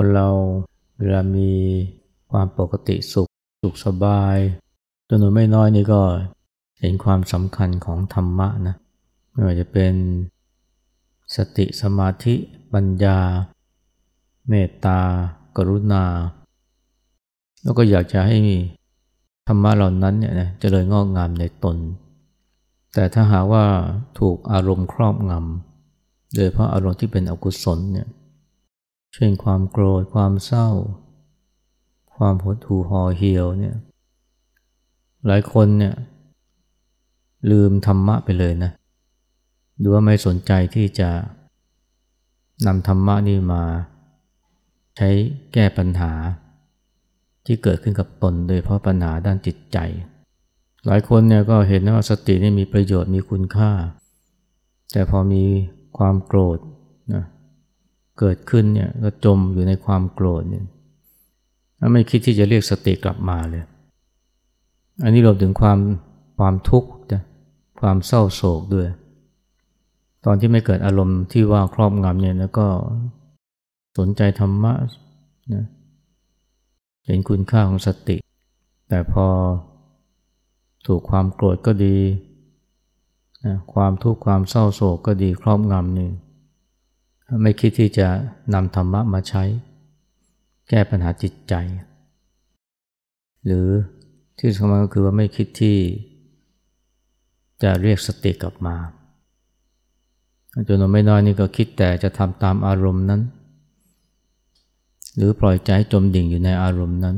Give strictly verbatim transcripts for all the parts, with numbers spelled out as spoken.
คนเราเวลามีความปกติสุขสุขสบายจำนวนไม่น้อยนี่ก็เห็นความสำคัญของธรรมะนะไม่ว่าจะเป็นสติสมาธิปัญญาเมตตากรุณาแล้วก็อยากจะให้มีธรรมะเหล่านั้นเนี่ยนะเจริญงอกงามในตนแต่ถ้าหากว่าถูกอารมณ์ครอบงำโดยเพราะอารมณ์ที่เป็นอกุศลเนี่ยเช่นความโกรธความเศร้าความหดหู่ห่อเหี่ยวเนี่ยหลายคนเนี่ยลืมธรรมะไปเลยนะหรือว่าไม่สนใจที่จะนำธรรมะนี่มาใช้แก้ปัญหาที่เกิดขึ้นกับตนโดยเพราะปัญหาด้านจิตใจหลายคนเนี่ยก็เห็นว่าสตินี่มีประโยชน์มีคุณค่าแต่พอมีความโกรธนะเกิดขึ้นเนี่ยก็จมอยู่ในความโกรธเนี่ยไม่คิดที่จะเรียกสติกลับมาเลยอันนี้รวมถึงความความทุกข์นะความเศร้าโศกด้วยตอนที่ไม่เกิดอารมณ์ที่ว่าครอบงำเนี่ยแล้วก็สนใจธรรมะนะเห็นคุณค่าของสติแต่พอถูกความโกรธก็ดีนะความทุกข์ความเศร้าโศกก็ดีครอบงำนี่ไม่คิดที่จะนำธรรมะมาใช้แก้ปัญหาจิตใจหรือที่สำคัญก็คือว่าไม่คิดที่จะเรียกสติกลับมาจนไม่น้อยนี่ก็คิดแต่จะทำตามอารมณ์นั้นหรือปล่อยใจจมดิ่งอยู่ในอารมณ์นั้น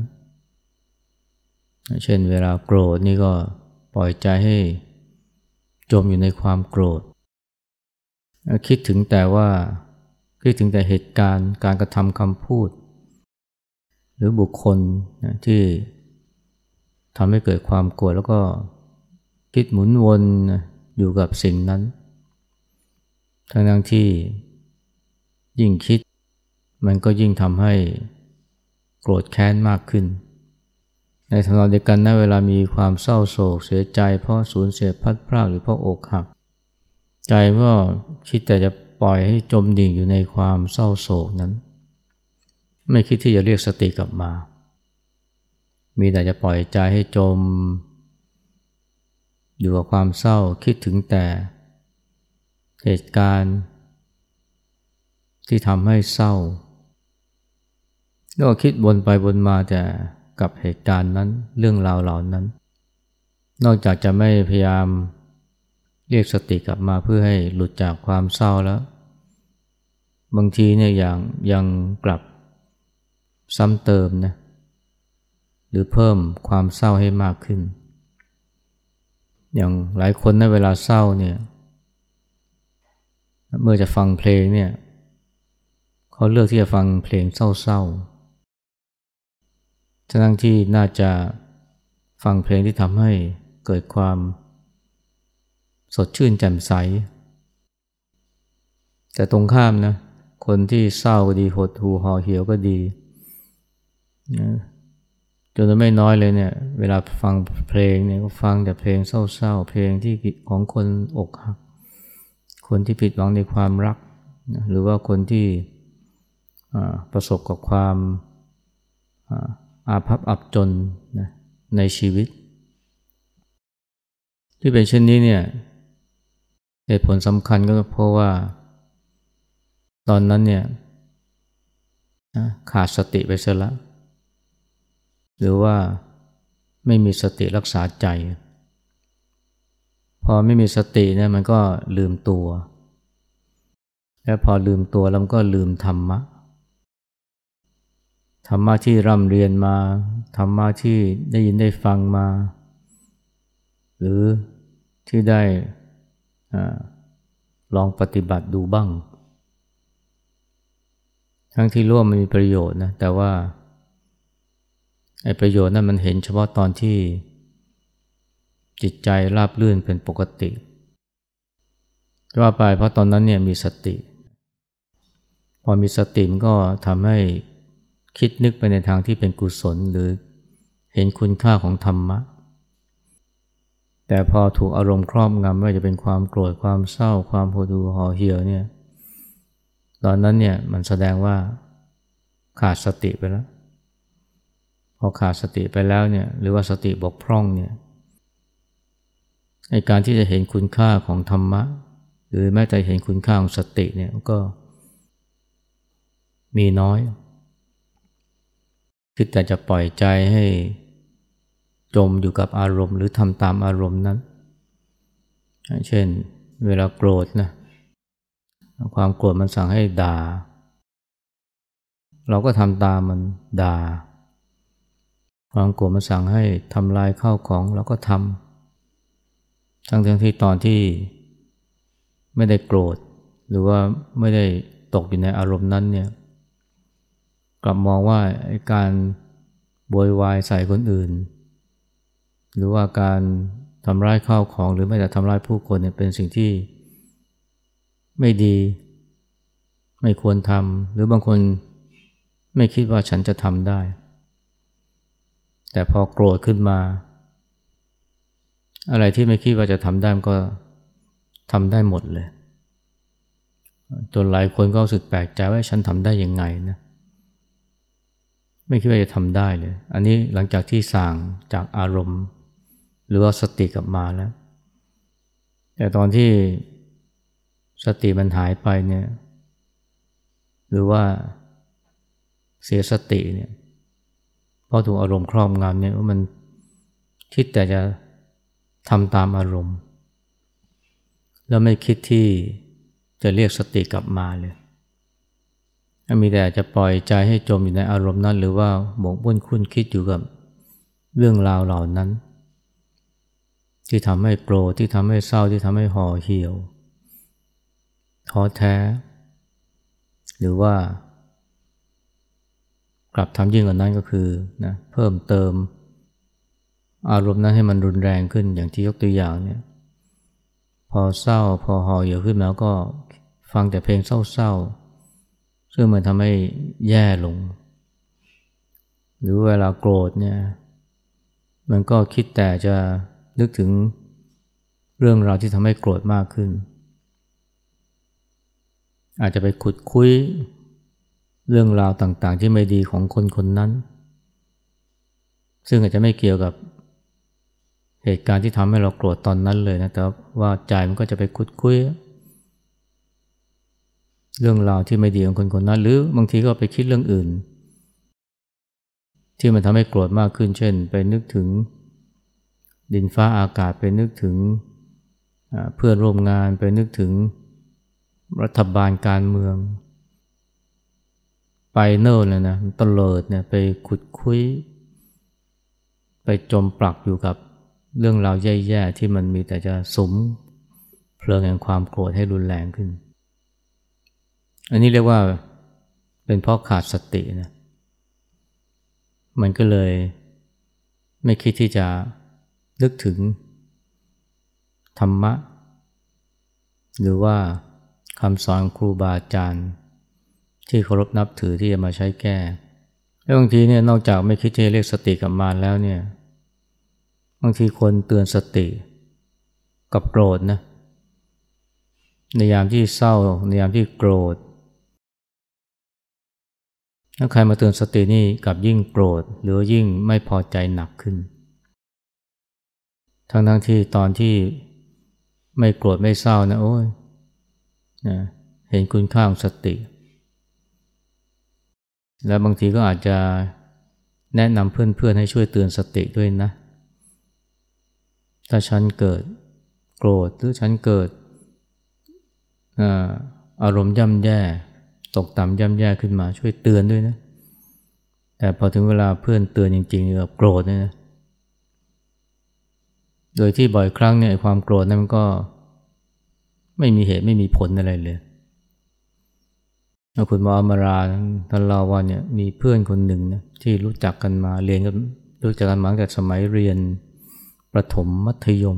เช่นเวลาโกรธนี่ก็ปล่อยใจให้จมอยู่ในความโกรธคิดถึงแต่ว่าคิดถึงแต่เหตุการณ์การกระทำคำพูดหรือบุคคลที่ทำให้เกิดความโกรธแล้วก็คิดหมุนวนอยู่กับสิ่งนั้นทั้งๆที่ยิ่งคิดมันก็ยิ่งทำให้โกรธแค้นมากขึ้นในทางเดียวกันนะเวลามีความเศร้าโศกเสียใจเพราะสูญเสียพัดพรากหรือเพราะอกหักใจก็คิดแต่จะปล่อยให้จมดิ่งอยู่ในความเศร้าโศกนั้นไม่คิดที่จะเรียกสติกลับมามีแต่จะปล่อยใจให้จมอยู่กับความเศร้าคิดถึงแต่เหตุการณ์ที่ทำให้เศร้าแล้วก็คิดวนไปวนมาแต่กับเหตุการณ์นั้นเรื่องราวเหล่านั้นนอกจากจะไม่พยายามเรียกสติกลับมาเพื่อให้หลุดจากความเศร้าแล้วบางทีเนี่ยยังยังกลับซ้ำเติมนะหรือเพิ่มความเศร้าให้มากขึ้นอย่างหลายคนในเวลาเศร้าเนี่ยเมื่อจะฟังเพลงเนี่ยเขาเลือกที่จะฟังเพลงเศร้าๆทั้งที่น่าจะฟังเพลงที่ทำให้เกิดความสดชื่นแจ่มใสแต่ตรงข้ามนะคนที่เศร้าก็ดีหดหู่ห่อเหี่ยวก็ดีนะจนไม่น้อยเลยเนี่ยเวลาฟังเพลงเนี่ยก็ฟังแต่เพลงเศร้าๆเพลงที่ของคนอกหักคนที่ผิดหวังในความรักนะหรือว่าคนที่ประสบกับความอาภัพอับจนนะในชีวิตที่เป็นเช่นนี้เนี่ยเหตุผลสำคัญก็เพราะว่าตอนนั้นเนี่ยขาดสติไปซะแล้วหรือว่าไม่มีสติรักษาใจพอไม่มีสติเนี่ยมันก็ลืมตัวและพอลืมตัวแล้วก็ลืมธรรมะธรรมะที่ร่ำเรียนมาธรรมะที่ได้ยินได้ฟังมาหรือที่ได้ลองปฏิบัติดูบ้างทั้งที่รู้ว่ามันมีประโยชน์นะแต่ว่าไอ้ประโยชน์นั้นมันเห็นเฉพาะตอนที่จิตใจราบรื่นเป็นปกติว่าไปเพราะตอนนั้นเนี่ยมีสติพอมีสติมันก็ทำให้คิดนึกไปในทางที่เป็นกุศลหรือเห็นคุณค่าของธรรมะแต่พอถูกอารมณ์ครอบงำไม่ว่าจะเป็นความโกรธความเศร้าความหดหู่ห่อเหี่ยวเนี่ยตอนนั้นเนี่ยมันแสดงว่าขาดสติไปแล้วพอขาดสติไปแล้วเนี่ยหรือว่าสติบกพร่องเนี่ยในการที่จะเห็นคุณค่าของธรรมะหรือแม้แต่เห็นคุณค่าของสติเนี่ยก็มีน้อยคิดแต่จะปล่อยใจให้จมอยู่กับอารมณ์หรือทำตามอารมณ์นั้นเช่นเวลาโกรธนะความโกรธมันสั่งให้ด่าเราก็ทำตามมันด่าความโกรธมันสั่งให้ทำลายข้าวของเราก็ทำทั้งทั้งที่ตอนที่ไม่ได้โกรธหรือว่าไม่ได้ตกอยู่ในอารมณ์นั้นเนี่ยกลับมองว่าการโวยวายใส่คนอื่นหรือว่าการทำร้ายข้าวของหรือไม่แต่ทำร้ายผู้คนเนี่ยเป็นสิ่งที่ไม่ดีไม่ควรทำหรือบางคนไม่คิดว่าฉันจะทำได้แต่พอโกรธขึ้นมาอะไรที่ไม่คิดว่าจะทำได้มันก็ทำได้หมดเลยจนหลายคนก็รู้สึกแปลกใจว่าฉันทำได้ยังไงนะไม่คิดว่าจะทำได้เลยอันนี้หลังจากที่สั่งจากอารมณ์หรือว่าสติกลับมาแล้วแต่ตอนที่สติมันหายไปเนี่ยหรือว่าเสียสติเนี่ยเพราะถูกอารมณ์ครอบงำเนี่ยว่ามันคิดแต่จะทำตามอารมณ์แล้วไม่คิดที่จะเรียกสติกลับมาเลยมีแต่จะปล่อยใจให้จมอยู่ในอารมณ์นั้นหรือว่าหมกมุ่นคุ้นคิดอยู่กับเรื่องราวเหล่านั้นที่ทำให้โกรธที่ทำให้เศร้าที่ทำให้ห่อเหี่ยวท้อแท้หรือว่ากลับทำยิ่งกว่านั้นก็คือนะเพิ่มเติมอารมณ์นั้นให้มันรุนแรงขึ้นอย่างที่ยกตัวอย่างเนี่ยพอเศร้าพอห่อเหี่ยวขึ้นมาก็ฟังแต่เพลงเศร้าๆซึ่งมันทำให้แย่ลงหรือเวลาโกรธเนี่ยมันก็คิดแต่จะนึกถึงเรื่องราวที่ทำให้โกรธมากขึ้นอาจจะไปขุดคุยเรื่องราวต่างๆที่ไม่ดีของคนคนนั้นซึ่งอาจจะไม่เกี่ยวกับเหตุการณ์ที่ทำให้เราโกรธตอนนั้นเลยนะแต่ว่าใจมันก็จะไปขุดคุยเรื่องราวที่ไม่ดีของคนคนนั้นหรือบางทีก็ไปคิดเรื่องอื่นที่มันทำให้โกรธมากขึ้นเช่นไปนึกถึงดินฟ้าอากาศไปนึกถึงเพื่อนร่วมงานไปนึกถึงรัฐบาลการเมืองไปเนิ่นเลยนะตะเลิดเนี่ยไปขุดคุยไปจมปลักอยู่กับเรื่องราวแย่ๆที่มันมีแต่จะสุมเพลิงแห่งความโกรธให้รุนแรงขึ้นอันนี้เรียกว่าเป็นเพราะขาดสตินะมันก็เลยไม่คิดที่จะนึกถึงธรรมะหรือว่าคำสอนครูบาอาจารย์ที่เคารพนับถือที่จะมาใช้แก้แล้วบางทีเนี่ยนอกจากไม่คิดจะเรียกสติกลับมาแล้วเนี่ยบางทีคนเตือนสติกับโกรธนะในยามที่เศร้าในยามที่โกรธถ้าใครมาเตือนสตินี่กับยิ่งโกรธหรือยิ่งไม่พอใจหนักขึ้นทั้งๆที่ตอนที่ไม่โกรธไม่เศร้านะโอ้ยนะเห็นคุณค่าของสติและบางทีก็อาจจะแนะนำเพื่อนๆให้ช่วยเตือนสติด้วยนะถ้าฉันเกิดโกรธหรือฉันเกิดอารมณ์ย่ำแย่ตกต่ำย่ำแย่ขึ้นมาช่วยเตือนด้วยนะแต่พอถึงเวลาเพื่อนเตือนจริงๆแบบโกรธเนี่ยนะโดยที่บ่อยครั้งเนี่ยความโกรธนั้นมันก็ไม่มีเหตุไม่มีผลอะไรเลยคุณหมออมราท่านเล่าว่าเนี่ยมีเพื่อนคนหนึ่งนะที่รู้จักกันมาเรียนกันรู้จักกันมาตั้งแต่สมัยเรียนประถมมัธยม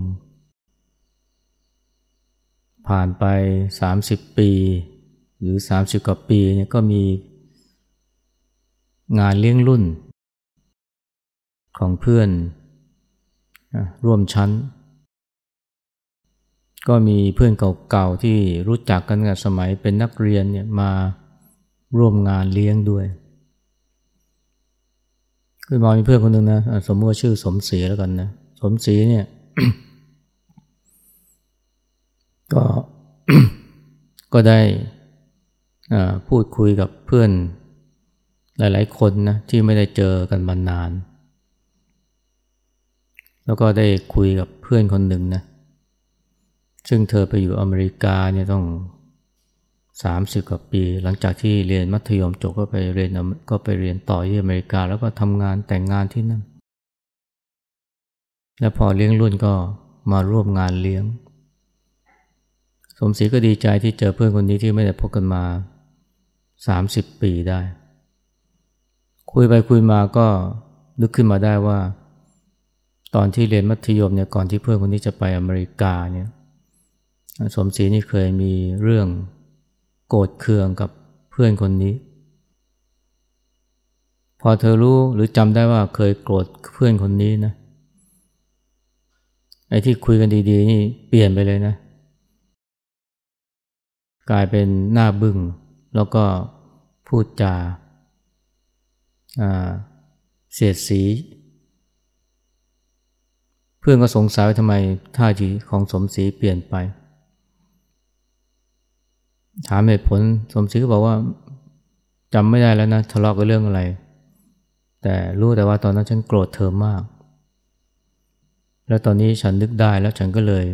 ผ่านไปสามสิบปีหรือสามสิบกว่าปีเนี่ยก็มีงานเลี้ยงรุ่นของเพื่อนร่วมชั้นก็มีเพื่อนเก่าๆที่รู้จักกันตั้งแต่สมัยเป็นนักเรียนเนี่ยมาร่วมงานเลี้ยงด้วยคือมอมีเพื่อนคนหนึ่งนะสมมติว่าชื่อสมศรีแล้วกันนะสมศรีเนี่ย ก็ ก็ได้พูดคุยกับเพื่อนหลายๆคนนะที่ไม่ได้เจอกันมานานแล้วก็ได้คุยกับเพื่อนคนหนึ่งนะซึ่งเธอไปอยู่อเมริกาเนี่ยต้องสามสิบกว่าปีหลังจากที่เรียนมัธยมจบก็ไปเรียนก็ไปเรียนต่อที่อเมริกาแล้วก็ทำงานแต่งงานที่นั่นแล้วพอเลี้ยงรุ่นก็มาร่วมงานเลี้ยงสมศรีก็ดีใจที่เจอเพื่อนคนนี้ที่ไม่ได้พบกันมาสามสิบปีได้คุยไปคุยมาก็นึกขึ้นมาได้ว่าตอนที่เรียนมัธยมเนี่ยก่อนที่เพื่อนคนนี้จะไปอเมริกาเนี่ยสมศรีนี่เคยมีเรื่องโกรธเคืองกับเพื่อนคนนี้พอเธอรู้หรือจำได้ว่าเคยโกรธเพื่อนคนนี้นะไอ้ที่คุยกันดีๆนี่เปลี่ยนไปเลยนะกลายเป็นหน้าบึ้งแล้วก็พูดจาเสียดสีเพื่อนก็สงสัยว่าทำไมท่าทีของสมศรีเปลี่ยนไปถามเหตุผลสมศรีก็บอกว่าจำไม่ได้แล้วนะทะเลาะกันเรื่องอะไรแต่รู้แต่ว่าตอนนั้นฉันโกรธเธอมากแล้วตอนนี้ฉันนึกได้แล้วฉันก็เลย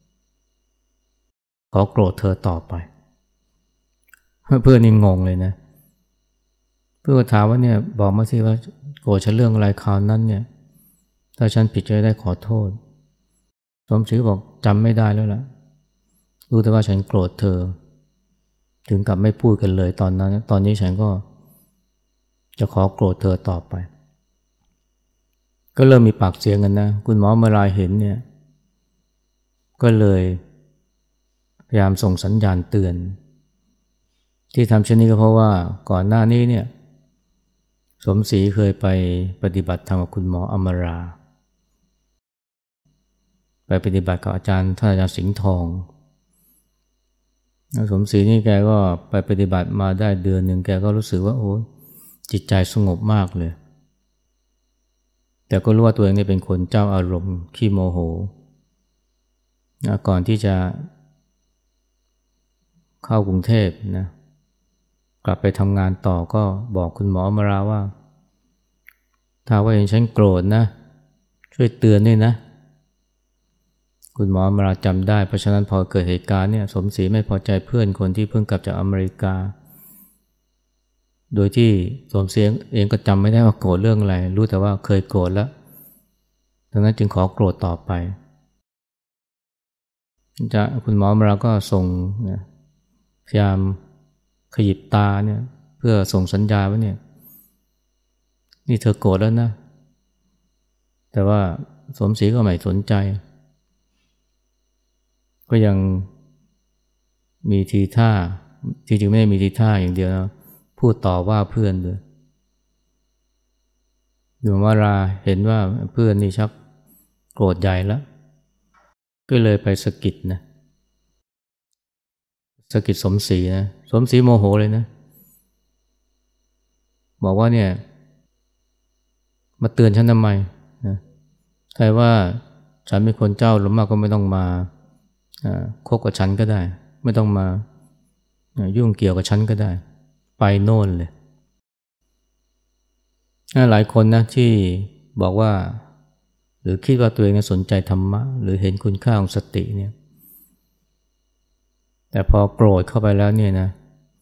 ขอโกรธเธอต่อไปเพื่อนนี่งงเลยนะเพื่อนก็ถามว่าเนี่ยบอกมาสิว่าโกรธฉันเรื่องอะไรคราวนั้นเนี่ยถ้าฉันผิดจะได้ขอโทษสมศรีบอกจำไม่ได้แล้วล่ะรู้แต่ว่าฉันโกรธเธอถึงกับไม่พูดกันเลยตอนนั้นตอนนี้ฉันก็จะขอโกรธเธอต่อไปก็เริ่มมีปากเสียงกันนะคุณหมอเมื่อไรเห็นเนี่ยก็เลยพยายามส่งสัญญาณเตือนที่ทำเช่นนี้ก็เพราะว่าก่อนหน้านี้เนี่ยสมศรีเคยไปปฏิบัติธรรมกับคุณหมออมราไปปฏิบัติกับอาจารย์ท่านอาจารย์สิงห์ทองสมศรีนี่แกก็ไปปฏิบัติมาได้เดือนหนึ่งแกก็รู้สึกว่าโอ้จิตใจสงบมากเลยแต่ก็รู้ว่าตัวเองนี่เป็นคนเจ้าอารมณ์ขี้โมโหก่อนที่จะเข้ากรุงเทพนะกลับไปทำงานต่อก็บอกคุณหมอมาราว่าถ้าว่าเห็นฉันโกรธนะช่วยเตือนด้วยนะคุณหมอมาราจำได้เพราะฉะนั้นพอเกิดเหตุการณ์เนี่ยสมศรีไม่พอใจเพื่อนคนที่เพิ่งกลับจากอเมริกาโดยที่สมศรีเองก็จำไม่ได้ว่าโกรธเรื่องอะไรรู้แต่ว่าเคยโกรธแล้วดังนั้นจึงขอโกรธต่อไปจะคุณหมอมาราก็ส่งนะพยายามขยิบตาเนี่ยเพื่อส่งสัญญาว่าเนี่ยนี่เธอโกรธแล้วนะแต่ว่าสมศรีก็ไม่สนใจก็ยังมีทีท่าจริงๆไม่ได้มีทีท่าอย่างเดียวนะพูดต่อว่าเพื่อนด้วยอยู่มาราเห็นว่าเพื่อนนี่ชักโกรธใหญ่แล้วก็เลยไปสะกิดนะสะกิดสมศรีนะสมศรีโมโหเลยนะบอกว่าเนี่ยมาเตือนฉันทำไมนะใครว่าฉันเป็นคนเจ้าหรือมากก็ไม่ต้องมาคบกับฉันก็ได้ไม่ต้องมายุ่งเกี่ยวกับฉันก็ได้ไปโน่นเลยหลายคนนะที่บอกว่าหรือคิดว่าตัวเองสนใจธรรมะหรือเห็นคุณค่าของสติเนี่ยแต่พอโกรธเข้าไปแล้วเนี่ยนะ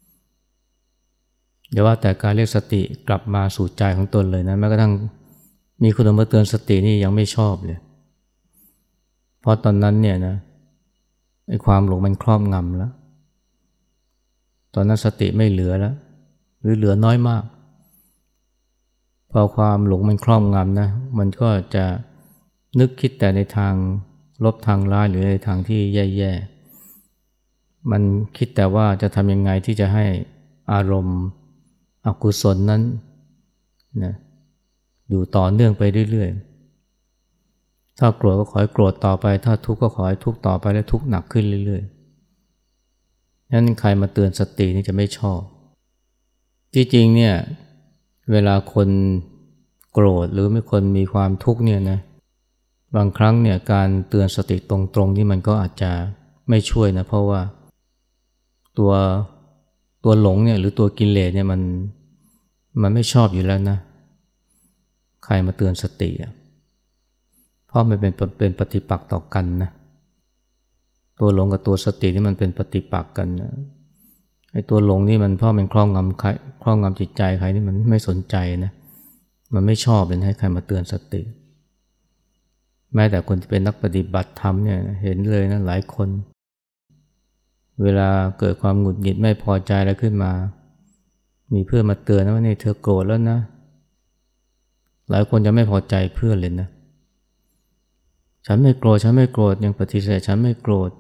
อย่าว่าแต่การเรียกสติกลับมาสู่ใจของตนเลยนะแม้กระทั่งมีคนมาเตือนสตินี่ยังไม่ชอบเลยเพราะตอนนั้นเนี่ยนะไอ้ความหลงมันครอบงำแล้วตอนนั้นสติไม่เหลือแล้วหรือเหลือน้อยมากพอความหลงมันครอบงำนะมันก็จะนึกคิดแต่ในทางลบทางร้ายหรือในทางที่แย่ๆมันคิดแต่ว่าจะทำยังไงที่จะให้อารมณ์อกุศลนั้นนะอยู่ต่อเนื่องไปเรื่อยๆถ้าโกรธก็ขอให้โกรธต่อไปถ้าทุกข์ก็ขอให้ทุกข์ต่อไปและทุกข์หนักขึ้นเรื่อยๆนั้นใครมาเตือนสตินี่จะไม่ชอบที่จริงเนี่ยเวลาคนโกรธหรือมีคนมีความทุกข์เนี่ยนะบางครั้งเนี่ยการเตือนสติตรงๆนี่มันก็อาจจะไม่ช่วยนะเพราะว่าตัวตัวหลงเนี่ยหรือตัวกิเลสเนี่ยมันมันไม่ชอบอยู่แล้วนะใครมาเตือนสติอ่ะเพราะมันเป็นเป็นปฏิปักษ์ต่อกันนะตัวหลงกับตัวสตินี่มันเป็นปฏิปักษ์กันนะไอ้ตัวหลงนี่มันเพราะมันครอบงำใครครอบงำจิตใจใครนี่มันไม่สนใจนะมันไม่ชอบเลยให้ใครมาเตือนสติแม้แต่คนที่เป็นนักปฏิบัติธรรมเนี่ยเห็นเลยนะหลายคนเวลาเกิดความหงุดหงิดไม่พอใจอะไรขึ้นมามีเพื่อนมาเตือนนะว่านี่เธอโกรธแล้วนะหลายคนจะไม่พอใจเพื่อนเลยนะฉันไม่โกรธฉันไม่โกรธยังปฏิเสธฉันไม่โกรธ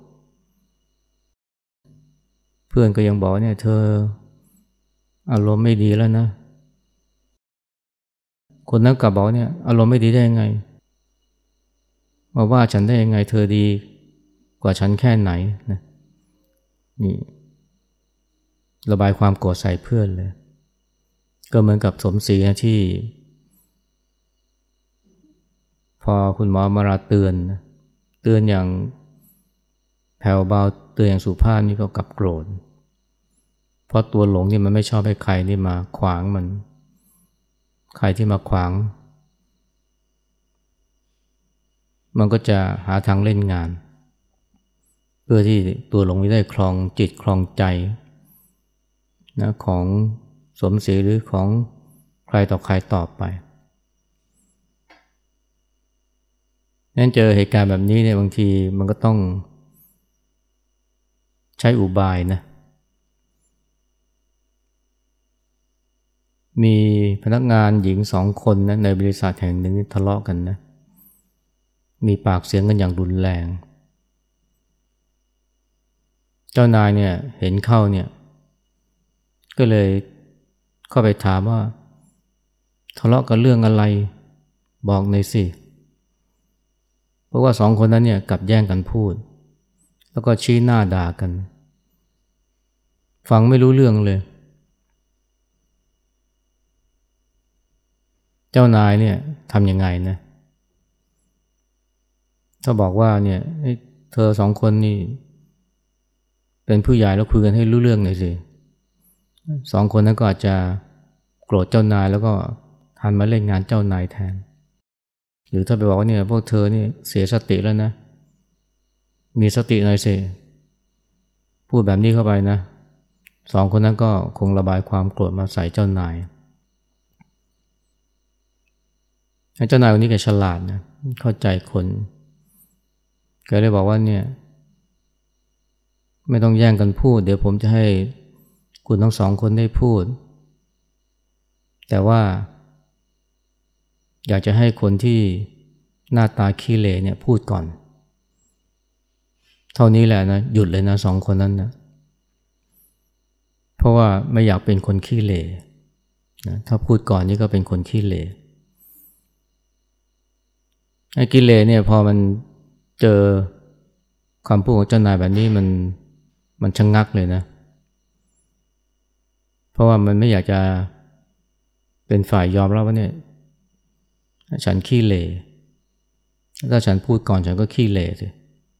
เพื่อนก็ยังบอกเนี่ยเธออารมณ์ไม่ดีแล้วนะคนนั้นกลับบอกเนี่ยอารมณ์ไม่ดีได้ยังไงมาว่าฉันได้ยังไงเธอดีกว่าฉันแค่ไหนนะนี่ระบายความโกรธใส่เพื่อนเลยก็เหมือนกับสมศรีนะที่พอคุณหมอมาราเตือนเตือนอย่างแผ่วเบาเตือนอย่างสุภาพนี่ก็กลับโกรธเพราะตัวหลงนี่มันไม่ชอบให้ใครนี่มาขวางมันใครที่มาขวางมันก็จะหาทางเล่นงานเพื่อที่ตัวหลงจะได้ครองจิตครองใจนะของสมศรีหรือของใครต่อใครต่อไปงั้นเจอเหตุการณ์แบบนี้เนี่ยบางทีมันก็ต้องใช้อุบายนะมีพนักงานหญิงสองคนนะในบริษัทแห่งหนึ่งทะเลาะกันนะมีปากเสียงกันอย่างรุนแรงเจ้านายเนี่ยเห็นเข้าเนี่ยก็เลยเข้าไปถามว่าทะเลาะกันเรื่องอะไรบอกหน่อยสิเพราะว่าสองคนนั้นเนี่ยกลับแย่งกันพูดแล้วก็ชี้หน้าด่ากันฟังไม่รู้เรื่องเลยเจ้านายเนี่ยทำยังไงนะถ้าบอกว่าเนี่ยเธอสองคนนี่เป็นผู้ใหญ่แล้วคุยกันให้รู้เรื่องหน่อยสิสองคนนั้นก็อาจจะโกรธเจ้านายแล้วก็หันมาเล่นงานเจ้านายแทนหรือถ้าไปบอกว่าเนี่ยพวกเธอนี่เสียสติแล้วนะมีสติหน่อยสิพูดแบบนี้เข้าไปนะสองคนนั้นก็คงระบายความโกรธมาใส่เจ้านายเจ้านายคนนี้แกฉลาดนะเข้าใจคนแกเลยบอกว่าเนี่ยไม่ต้องแย่งกันพูดเดี๋ยวผมจะให้คุณทั้งสองคนได้พูดแต่ว่าอยากจะให้คนที่หน้าตาขี้เหร่เนี่ยพูดก่อนเท่านี้แหละนะหยุดเลยนะสองคนนั้นนะเพราะว่าไม่อยากเป็นคนขี้เหร่นะถ้าพูดก่อนนี่ก็เป็นคนขี้เหร่ไอ้กิเลสเนี่ยพอมันเจอคำพูดของเจ้านายแบบนี้มันมันชะงักเลยนะเพราะว่ามันไม่อยากจะเป็นฝ่ายยอมรับว่าเนี่ยฉันขี้เหร่ถ้าฉันพูดก่อนฉันก็ขี้เหร่สิ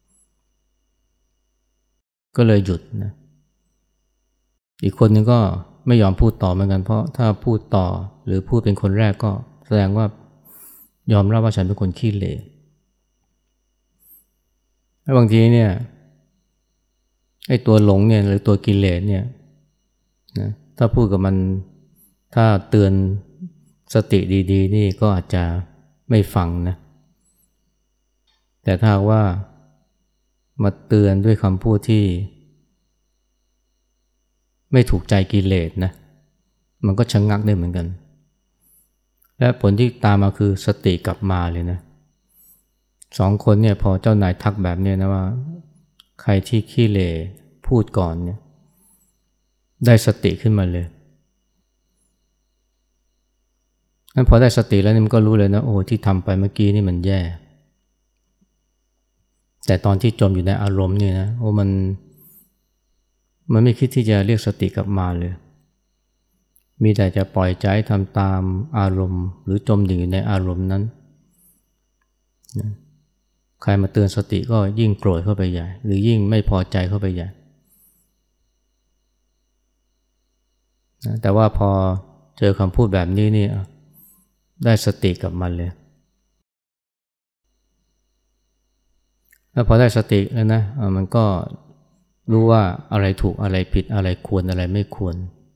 ก็เลยหยุดนะอีกคนนึงก็ไม่ยอมพูดต่อเหมือนกันเพราะถ้าพูดต่อหรือพูดเป็นคนแรกก็แสดงว่ายอมรับว่าฉันเป็นคนขี้เหร่แล้วบางทีเนี่ยไอ้ตัวหลงเนี่ยหรือตัวกิเลสเนี่ยนะถ้าพูดกับมันถ้าเตือนสติดีๆนี่ก็อาจจะไม่ฟังนะแต่ถ้าว่ามาเตือนด้วยคำพูดที่ไม่ถูกใจกิเลสนะมันก็ชะงักได้เหมือนกันและผลที่ตามมาคือสติกลับมาเลยนะสองคนเนี่ยพอเจ้านายทักแบบนี้นะว่าใครที่ขี้เหร่พูดก่อนเนี่ยได้สติขึ้นมาเลยงั้นพอได้สติแล้วนี่มันก็รู้เลยนะโอ้ที่ทำไปเมื่อกี้นี่มันแย่แต่ตอนที่จมอยู่ในอารมณ์เนี่ยนะโอ้มันมันไม่คิดที่จะเรียกสติกลับมาเลยมีแต่จะปล่อยใจทำตามอารมณ์หรือจมดิ่งอยู่ในอารมณ์นั้นนะใครมาเตือนสติก็ยิ่งโกรธเข้าไปใหญ่หรือยิ่งไม่พอใจเข้าไปใหญ่นะแต่ว่าพอเจอคำพูดแบบนี้นี่ได้สติกับมันเลยแล้วพอได้สติแล้วนะมันก็รู้ว่าอะไรถูกอะไรผิดอะไรควรอะไรไม่ควร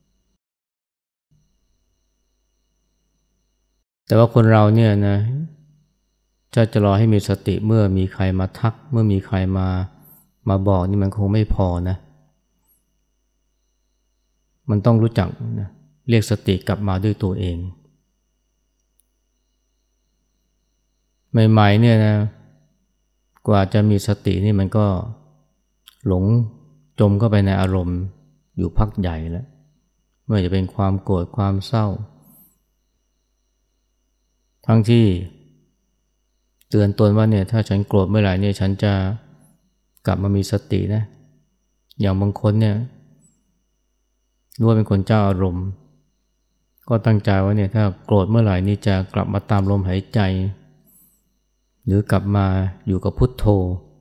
แต่ว่าคนเราเนี่ยนะจะจะรอให้มีสติเมื่อมีใครมาทักเมื่อมีใครมามาบอกนี่มันคงไม่พอนะมันต้องรู้จักนะเรียกสติกลับมาด้วยตัวเองใหม่ๆเนี่ยนะกว่าจะมีสตินี่มันก็หลงจมเข้าไปในอารมณ์อยู่พักใหญ่แล้วไม่ว่าจะเป็นความโกรธความเศร้าทั้งที่เตือนตนว่าเนี่ยถ้าฉันโกรธเมื่อไหร่เนี่ยฉันจะกลับมามีสตินะอย่างบางคนเนี่ยรู้ว่าเป็นคนเจ้าอารมณ์ก็ตั้งใจว่าเนี่ยถ้าโกรธเมื่อไหร่นี่จะกลับมาตามลมหายใจหรือกลับมาอยู่กับพุทโธ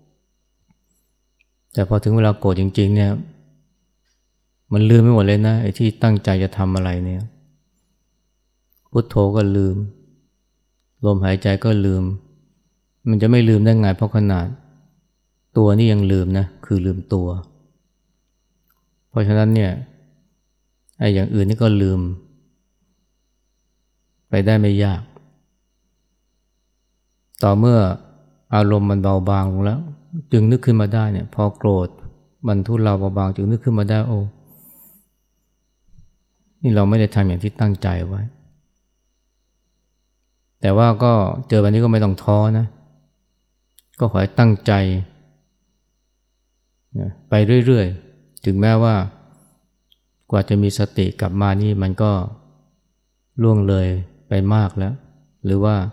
แต่พอถึงเวลาโกรธจริงๆเนี่ยมันลืมไปหมดเลยนะไอ้ที่ตั้งใจจะทำอะไรเนี่ยพุทโธก็ลืมลมหายใจก็ลืมมันจะไม่ลืมได้ไงเพราะขนาดตัวนี่ยังลืมนะคือลืมตัวเพราะฉะนั้นเนี่ยไอ้อย่างอื่นนี่ก็ลืมไปได้ไม่ยากต่อเมื่ออารมณ์มันเบาบางลงแล้วจึงนึกขึ้นมาได้เนี่ยพอโกรธมันทุเลาเบาบางจึงนึกขึ้นมาได้โอ้นี่เราไม่ได้ทำอย่างที่ตั้งใจไว้แต่ว่าก็เจอแบบนี้ก็ไม่ต้องท้อนะก็ขอให้ตั้งใจไปเรื่อยๆถึงแม้ว่ากว่าจะมีสติกลับมานี่มันก็ล่วงเลยไปมากแล้วหรือว่า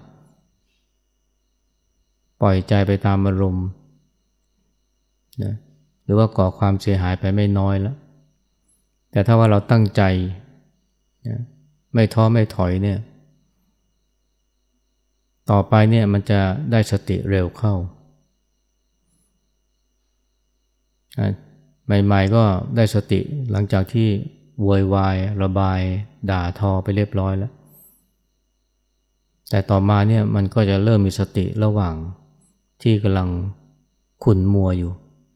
ปล่อยใจไปตามอารมณ์นะหรือว่าก่อความเสียหายไปไม่น้อยแล้วแต่ถ้าว่าเราตั้งใจนะไม่ท้อไม่ถอยเนี่ยต่อไปเนี่ยมันจะได้สติเร็วเข้าใหม่ๆก็ได้สติหลังจากที่โวยวายระบายด่าทอไปเรียบร้อยแล้วแต่ต่อมาเนี่ยมันก็จะเริ่มมีสติระหว่างที่กำลังขุ่นมัวอยู่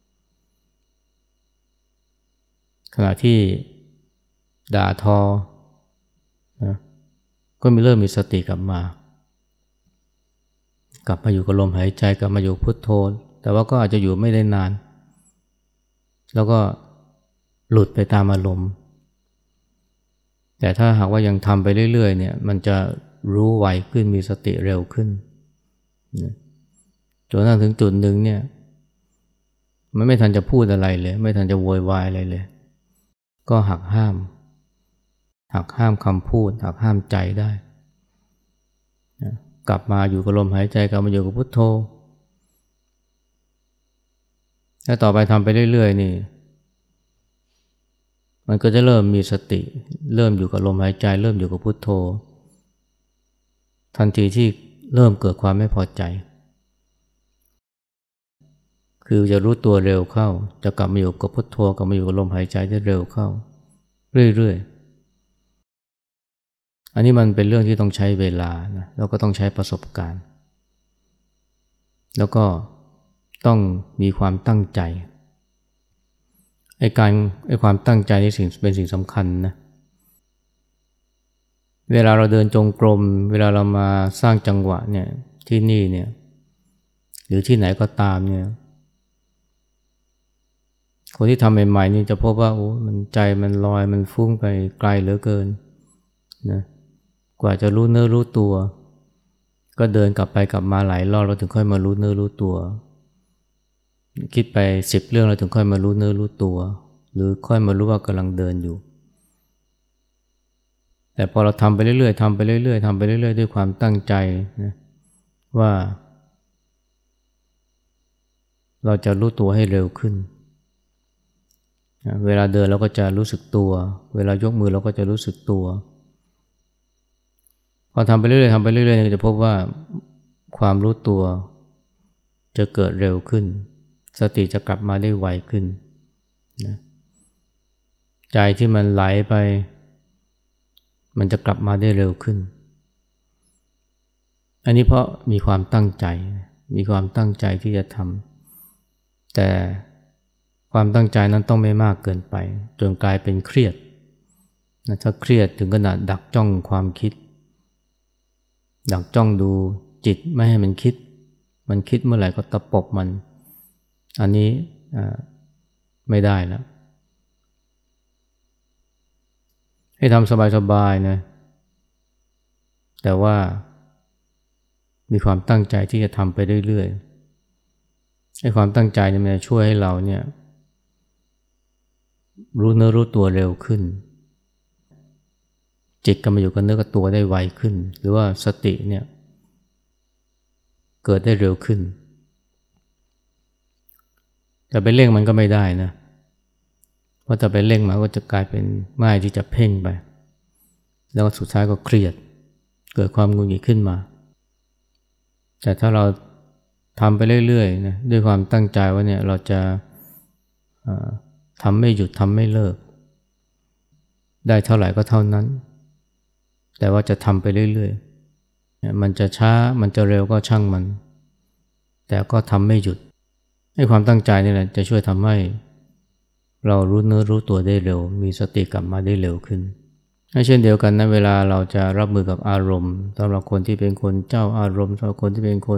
ขณะที่ด่าทอนะก็มีเริ่มมีสติกลับมากลับมาอยู่กับลมหายใจกลับมาอยู่พุทโธแต่ว่าก็อาจจะอยู่ไม่ได้นานแล้วก็หลุดไปตามอารมณ์แต่ถ้าหากว่ายังทำไปเรื่อยๆเนี่ยมันจะรู้ไวขึ้นมีสติเร็วขึ้นจนกระทั่งถึงจุดหนึ่งเนี่ยมันไม่ทันจะพูดอะไรเลยไม่ทันจะโวยวายอะไรเลยก็หักห้ามหักห้ามคำพูดหักห้ามใจได้กลับมาอยู่กับลมหายใจกลับมาอยู่กับพุทโธแล้วต่อไปทำไปเรื่อยๆนี่มันก็จะเริ่มมีสติเริ่มอยู่กับลมหายใจเริ่มอยู่กับพุทโธทันทีที่เริ่มเกิดความไม่พอใจคือจะรู้ตัวเร็วเข้าจะกลับมาอยู่กับพุทโธกลับมาอยู่กับลมหายใจได้เร็วเข้าเรื่อยๆอันนี้มันเป็นเรื่องที่ต้องใช้เวลานะแล้วก็ต้องใช้ประสบการณ์แล้วก็ต้องมีความตั้งใจไอ้การไอ้ความตั้งใจนี่สิ่งเป็นสิ่งสำคัญนะเวลาเราเดินจงกรมเวลาเรามาสร้างจังหวะเนี่ยที่นี่เนี่ยหรือที่ไหนก็ตามเนี่ยคนที่ทำใหม่ๆนี่จะพบว่าโอ้มันใจมันลอยมันฟุ้งไปไกลเหลือเกินนะกว่าจะรู้เนื้อรู้ตัวก็เดินกลับไปกลับมาหลายรอบเราถึงค่อยมารู้เนื้อรู้ตัวคิดไปสิบเรื่องเราถึงค่อยมารู้เนื้อรู้ตัวหรือค่อยมารู้ว่ากำลังเดินอยู่แต่พอเราทำไปเรื่อยๆทำไปเรื่อยๆทำไปเรื่อยๆด้วยความตั้งใจนะว่าเราจะรู้ตัวให้เร็วขึ้นเวลาเดินเราก็จะรู้สึกตัวเวลายกมือเราก็จะรู้สึกตัวพอทำไปเรื่อยๆทำไปเรื่อยๆจะพบว่าความรู้ตัวจะเกิดเร็วขึ้นสติจะกลับมาได้ไวขึ้นนะใจที่มันไหลไปมันจะกลับมาได้เร็วขึ้นอันนี้เพราะมีความตั้งใจมีความตั้งใจที่จะทำแต่ความตั้งใจนั้นต้องไม่มากเกินไปจนกลายเป็นเครียดนะถ้าเครียดถึงขนาดดักจ้องความคิดดักจ้องดูจิตไม่ให้มันคิดมันคิดเมื่อไหร่ก็ตะปบมันอันนี้ไม่ได้แล้วให้ทำสบายๆนะแต่ว่ามีความตั้งใจที่จะทำไปเรื่อยๆให้ความตั้งใจเนี่ยมันจะช่วยให้เราเนี่ยรู้เนื้อรู้ตัวเร็วขึ้นจิตก็มาอยู่กับเนื้อกับตัวได้ไวขึ้นหรือว่าสติเนี่ยเกิดได้เร็วขึ้นแต่ไปเร่งมันก็ไม่ได้นะเพราะถ้าไปเร่งมันก็จะกลายเป็นง่ายที่จะเพ่งไปแล้วสุดท้ายก็เครียดเกิดความหงุดหงิดขึ้นมาแต่ถ้าเราทำไปเรื่อยๆนะด้วยความตั้งใจว่าเนี่ยเราจะทำไม่หยุดทำไม่เลิกได้เท่าไหร่ก็เท่านั้นแต่ว่าจะทำไปเรื่อยๆมันจะช้ามันจะเร็วก็ช่างมันแต่ก็ทำไม่หยุดให้ความตั้งใจนี่แหละจะช่วยทำให้เรารู้เนื้อรู้ตัวได้เร็วมีสติกลับมาได้เร็วขึ้นเช่นเดียวกันนะเวลาเราจะรับมือกับอารมณ์สำหรับคนที่เป็นคนเจ้าอารมณ์สำหรับคนที่เป็นคน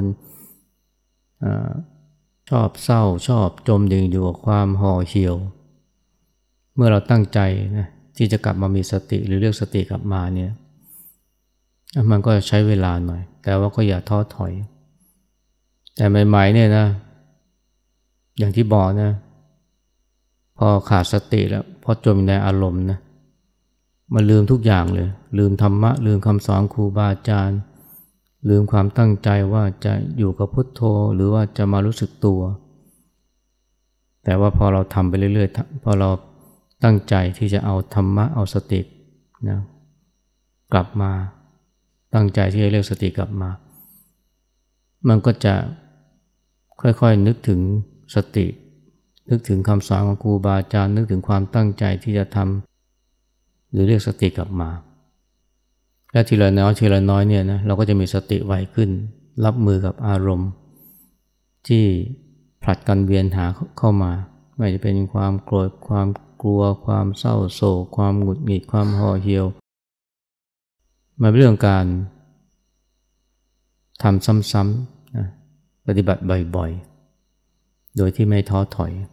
ชอบเศร้าชอบจมดิ่งอยู่กับความห่อเหี่ยวเมื่อเราตั้งใจนะที่จะกลับมามีสติหรือเรียกสติกลับมาเนี่ยมันก็ใช้เวลาหน่อยแต่ว่าก็อย่าท้อถอยแต่ใหม่ๆเนี่ยนะอย่างที่บอกนะพอขาดสติแล้วพอจมในอารมณ์นะมันลืมทุกอย่างเลยลืมธรรมะลืมคำสอนครูบาอาจารย์ลืมความตั้งใจว่าจะอยู่กับพุทโธหรือว่าจะมารู้สึกตัวแต่ว่าพอเราทำไปเรื่อยๆพอเราตั้งใจที่จะเอาธรรมะเอาสตินะกลับมาตั้งใจที่จะเรียกสติกลับมามันก็จะค่อยๆนึกถึงสตินึกถึงคำสอนของครูบาอาจารย์นึกถึงความตั้งใจที่จะทำหรือเรียกสติกลับมาและทีละน้อยทีละน้อยเนี่ยนะเราก็จะมีสติไวขึ้นรับมือกับอารมณ์ที่ผลัดกันเวียนหาเข้ามาไม่ว่าจะเป็นความโกรธความกลัวความเศร้าโศกความหงุดหงิดความห่อเหี่ยวมันเป็นเรื่องการทำซ้ำๆนะปฏิบัติบ่อยๆโดยที่ไม่ท้อถอย